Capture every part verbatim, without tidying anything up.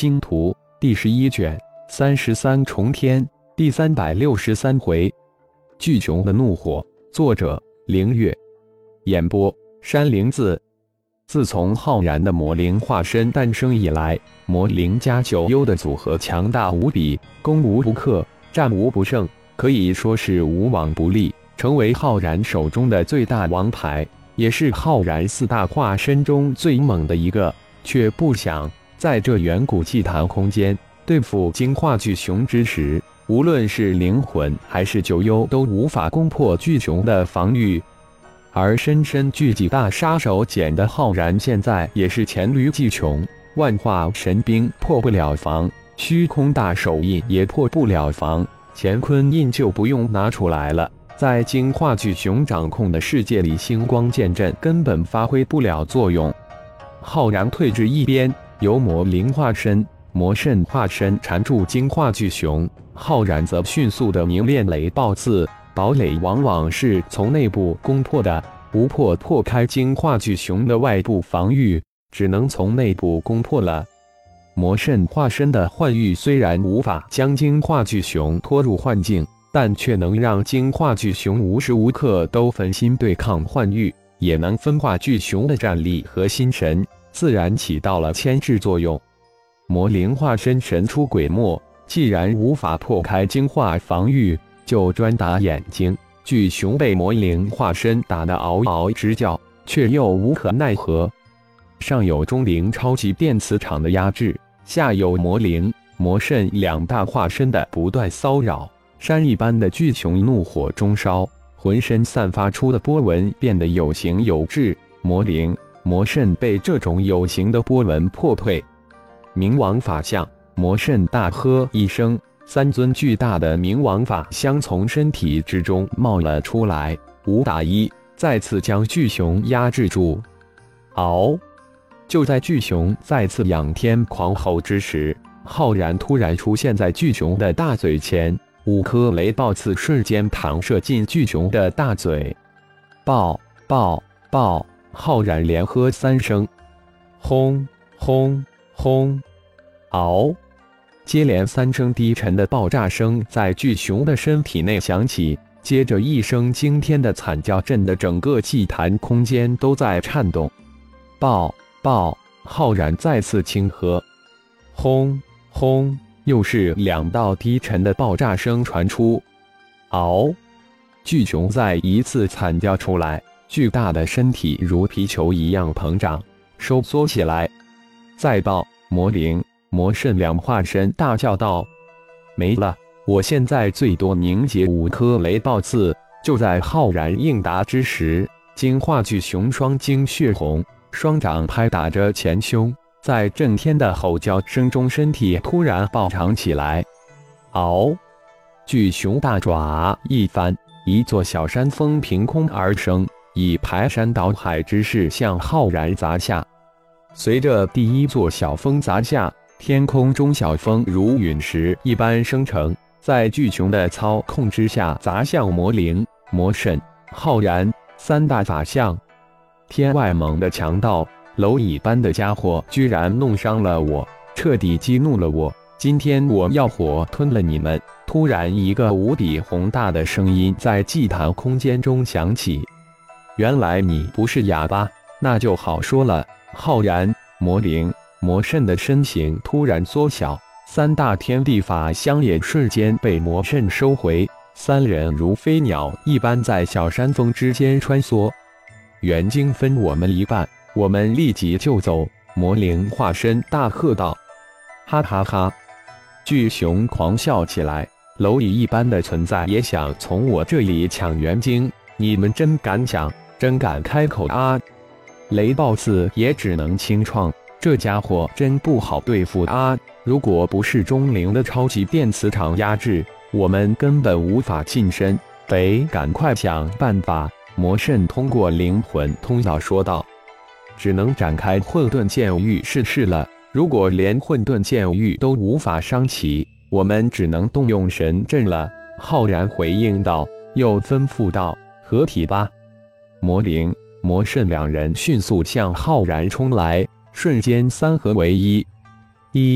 星图》第十一卷三十三重天第三百六十三回。巨熊的怒火，作者凌月，演播山灵子。自从浩然的魔灵化身诞生以来，魔灵加九幽的组合强大无比，攻无不克，战无不胜，可以说是无往不利，成为浩然手中的最大王牌，也是浩然四大化身中最猛的一个。却不想在这远古祭坛空间对付精化巨熊之时，无论是灵魂还是九幽都无法攻破巨熊的防御。而深深聚集大杀手锏的浩然现在也是黔驴技穷，万化神兵破不了防，虚空大手印也破不了防，乾坤印就不用拿出来了，在精化巨熊掌控的世界里，星光剑阵根本发挥不了作用。浩然退至一边，由魔灵化身、魔圣化身缠住精化巨熊，浩然则迅速的凝练雷暴刺。堡垒往往是从内部攻破的，无破破开精化巨熊的外部防御，只能从内部攻破了。魔圣化身的幻域虽然无法将精化巨熊拖入幻境，但却能让精化巨熊无时无刻都分心对抗幻域，也能分化巨熊的战力和心神，自然起到了牵制作用。魔灵化身神出鬼没，既然无法破开精化防御，就专打眼睛。巨熊被魔灵化身打得嗷嗷直叫，却又无可奈何。上有钟灵超级电磁场的压制，下有魔灵、魔圣两大化身的不断骚扰，山一般的巨熊怒火中烧，浑身散发出的波纹变得有形有质。魔灵、魔圣被这种有形的波纹破退。冥王法相，魔圣大喝一声，三尊巨大的冥王法相从身体之中冒了出来，五打一，再次将巨熊压制住。嗷！就在巨熊再次仰天狂吼之时，浩然突然出现在巨熊的大嘴前，五颗雷暴刺瞬间淌射进巨熊的大嘴。爆爆爆！浩然连喝三声，轰轰轰！嗷！接连三声低沉的爆炸声在巨熊的身体内响起，接着一声惊天的惨叫，震得整个祭坛空间都在颤动。爆爆！浩然再次轻喝，轰轰！又是两道低沉的爆炸声传出。嗷！巨熊再一次惨叫出来，巨大的身体如皮球一样膨胀收缩起来。再爆！魔灵、魔圣两化身大叫道：没了，我现在最多凝结五颗雷暴刺。就在浩然应答之时，精化巨熊双睛血红，双掌拍打着前胸，在震天的吼叫声中，身体突然暴涨起来。嗷！巨熊大爪一翻，一座小山峰凭空而生，以排山倒海之势向浩然砸下。随着第一座小峰砸下，天空中小峰如陨石一般生成，在巨熊的操控之下砸向魔灵、魔圣、浩然三大法相。天外猛的强盗，蝼蚁般的家伙居然弄伤了我，彻底激怒了我，今天我要火吞了你们！突然一个无比宏大的声音在祭坛空间中响起。原来你不是哑巴，那就好说了。浩然、魔灵、魔圣的身形突然缩小，三大天地法相也瞬间被魔圣收回，三人如飞鸟一般在小山峰之间穿梭。元晶分我们一半，我们立即就走！魔灵化身大喝道。哈哈哈！巨熊狂笑起来，蝼蚁一般的存在也想从我这里抢元晶，你们真敢抢，真敢开口啊！雷暴刺也只能轻创，这家伙真不好对付啊！如果不是钟灵的超级电磁场压制，我们根本无法近身，得赶快想办法。魔圣通过灵魂通道说道：只能展开混沌剑域试试了，如果连混沌剑域都无法伤起，我们只能动用神阵了。浩然回应道，又吩咐道：合体吧！魔灵、魔圣两人迅速向浩然冲来，瞬间三合为一。一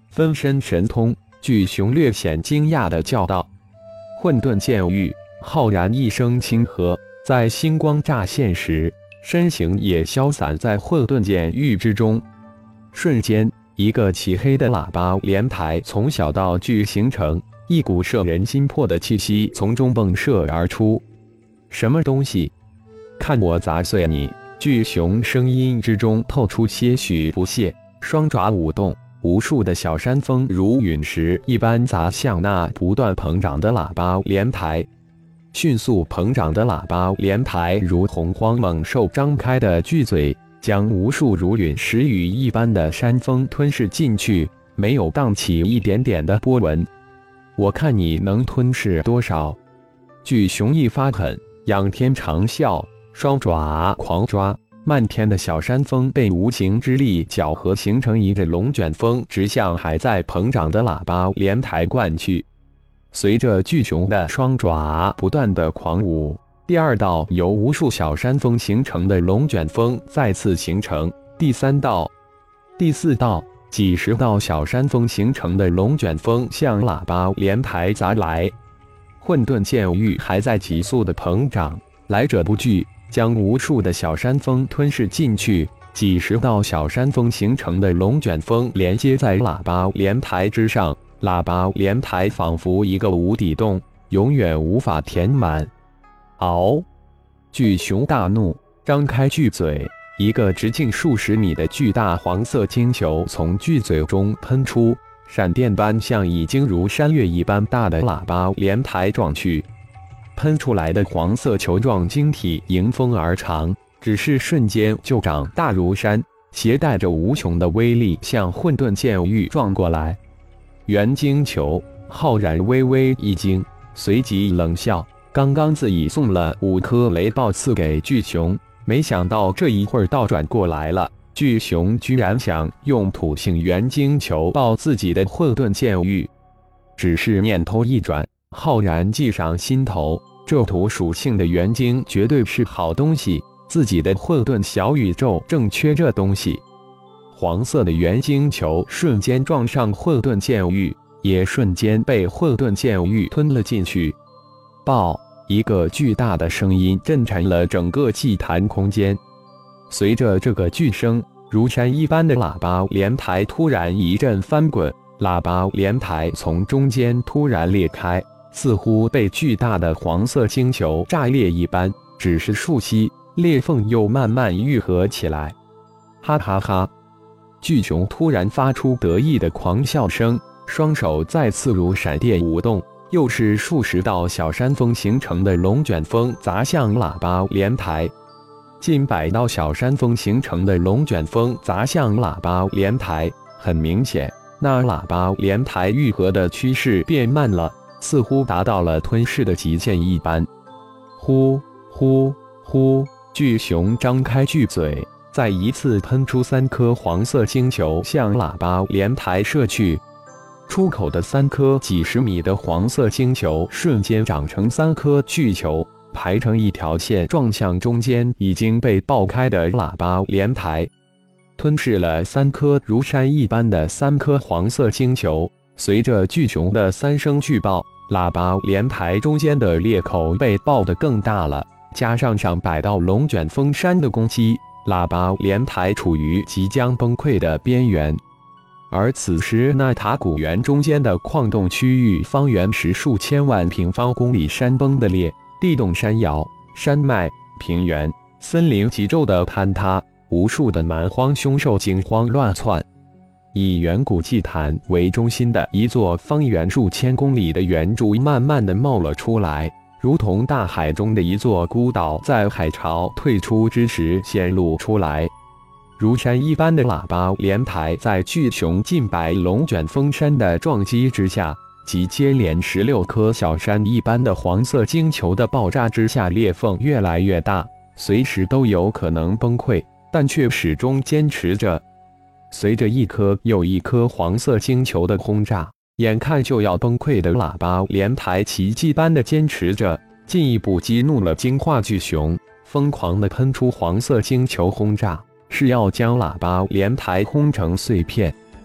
分身神通。巨熊略显惊讶地叫道：“混沌剑域！”浩然一声轻喝，在星光乍现时，身形也消散在混沌剑域之中。瞬间，一个漆黑的喇叭莲台从小到巨形成，一股摄人心魄的气息从中迸射而出。什么东西？看我砸碎你！巨熊声音之中透出些许不屑，双爪舞动，无数的小山峰如陨石一般砸向那不断膨胀的喇叭莲台。迅速膨胀的喇叭莲台如洪荒猛兽张开的巨嘴，将无数如陨石雨一般的山峰吞噬进去，没有荡起一点点的波纹。我看你能吞噬多少！巨熊一发狠，仰天长啸，双爪狂抓，漫天的小山峰被无形之力搅合，形成一个龙卷风，直向还在膨胀的喇叭莲台灌去。随着巨熊的双爪不断的狂舞，第二道由无数小山峰形成的龙卷风再次形成，第三道、第四道，几十道小山峰形成的龙卷风向喇叭莲台砸来。混沌剑域还在急速的膨胀，来者不拒，将无数的小山峰吞噬进去。几十道小山峰形成的龙卷风连接在喇叭莲台之上，喇叭莲台仿佛一个无底洞，永远无法填满。嗷！巨熊大怒，张开巨嘴，一个直径数十米的巨大黄色晶球从巨嘴中喷出，闪电般向已经如山岳一般大的喇叭莲台撞去。喷出来的黄色球状晶体迎风而长，只是瞬间就长大如山，携带着无穷的威力向混沌剑域撞过来。元晶球！浩然微微一惊，随即冷笑。刚刚自己送了五颗雷爆刺给巨熊，没想到这一会儿倒转过来了。巨熊居然想用土性元晶球爆自己的混沌剑域。只是念头一转，浩然计上心头，这土属性的元晶绝对是好东西，自己的混沌小宇宙正缺这东西。黄色的元晶球瞬间撞上混沌剑域，也瞬间被混沌剑域吞了进去。爆！一个巨大的声音震颤了整个祭坛空间。随着这个巨声，如山一般的喇叭莲台突然一阵翻滚，喇叭莲台从中间突然裂开，似乎被巨大的黄色星球炸裂一般。只是数息，裂缝又慢慢愈合起来。哈哈哈！巨熊突然发出得意的狂笑声，双手再次如闪电舞动。又是数十道小山峰形成的龙卷风砸向喇叭莲台，近百道小山峰形成的龙卷风砸向喇叭莲台。很明显，那喇叭莲台愈合的趋势变慢了，似乎达到了吞噬的极限一般。呼呼呼！巨熊张开巨嘴，再一次喷出三颗黄色星球向喇叭莲台射去。出口的三颗几十米的黄色星球瞬间长成三颗巨球，排成一条线撞向中间已经被爆开的喇叭莲台，吞噬了三颗如山一般的三颗黄色星球。随着巨熊的三声巨爆，喇叭莲台中间的裂口被爆得更大了，加上上百道龙卷风山的攻击，喇叭莲台处于即将崩溃的边缘。而此时，那塔古原中间的矿洞区域，方圆十数千万平方公里，山崩的裂，地动山摇，山脉、平原、森林急骤的坍塌，无数的蛮荒凶兽惊慌乱窜。以远古祭坛为中心的一座方圆数千公里的圆柱慢慢的冒了出来，如同大海中的一座孤岛，在海潮退出之时显露出来。如山一般的喇叭莲台在巨熊近百龙卷风山的撞击之下，及接连十六颗小山一般的黄色晶球的爆炸之下，裂缝越来越大，随时都有可能崩溃，但却始终坚持着。随着一颗又一颗黄色星球的轰炸，眼看就要崩溃的喇叭莲台奇迹般的坚持着，进一步激怒了金化巨熊，疯狂地喷出黄色星球轰炸，是要将喇叭莲台轰成碎片。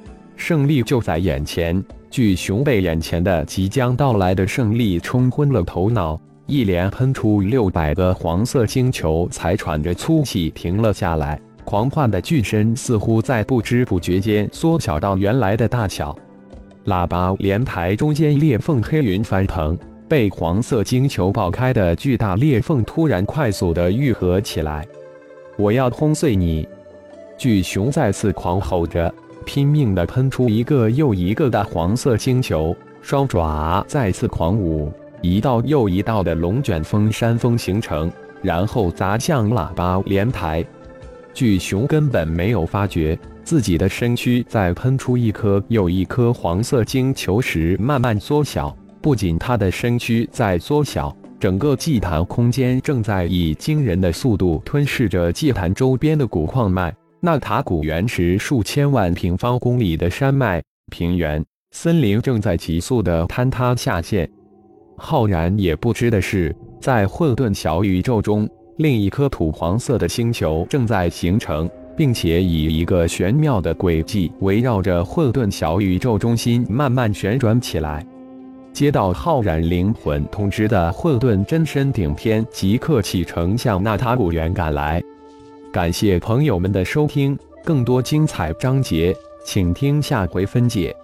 胜利就在眼前。巨熊被眼前的即将到来的胜利冲昏了头脑，一连喷出六百个黄色星球，才喘着粗气停了下来。狂幻的巨身似乎在不知不觉间缩小到原来的大小。喇叭莲台中间裂缝黑云翻腾，被黄色星球爆开的巨大裂缝突然快速地愈合起来。我要轰碎你！巨熊再次狂吼着，拼命地喷出一个又一个的黄色星球，双爪再次狂舞，一道又一道的龙卷风山峰形成，然后砸向喇叭莲台。巨熊根本没有发觉自己的身躯在喷出一颗又一颗黄色星球时慢慢缩小，不仅它的身躯在缩小，整个祭坛空间正在以惊人的速度吞噬着祭坛周边的古矿脉。那塔古原石数千万平方公里的山脉、平原、森林正在急速地坍塌下陷。浩然也不知的是，在混沌小宇宙中，另一颗土黄色的星球正在形成，并且以一个玄妙的轨迹围绕着混沌小宇宙中心慢慢旋转起来。接到浩然灵魂通知的混沌真身顶天即刻启程向那塔古原赶来。感谢朋友们的收听，更多精彩章节，请听下回分解。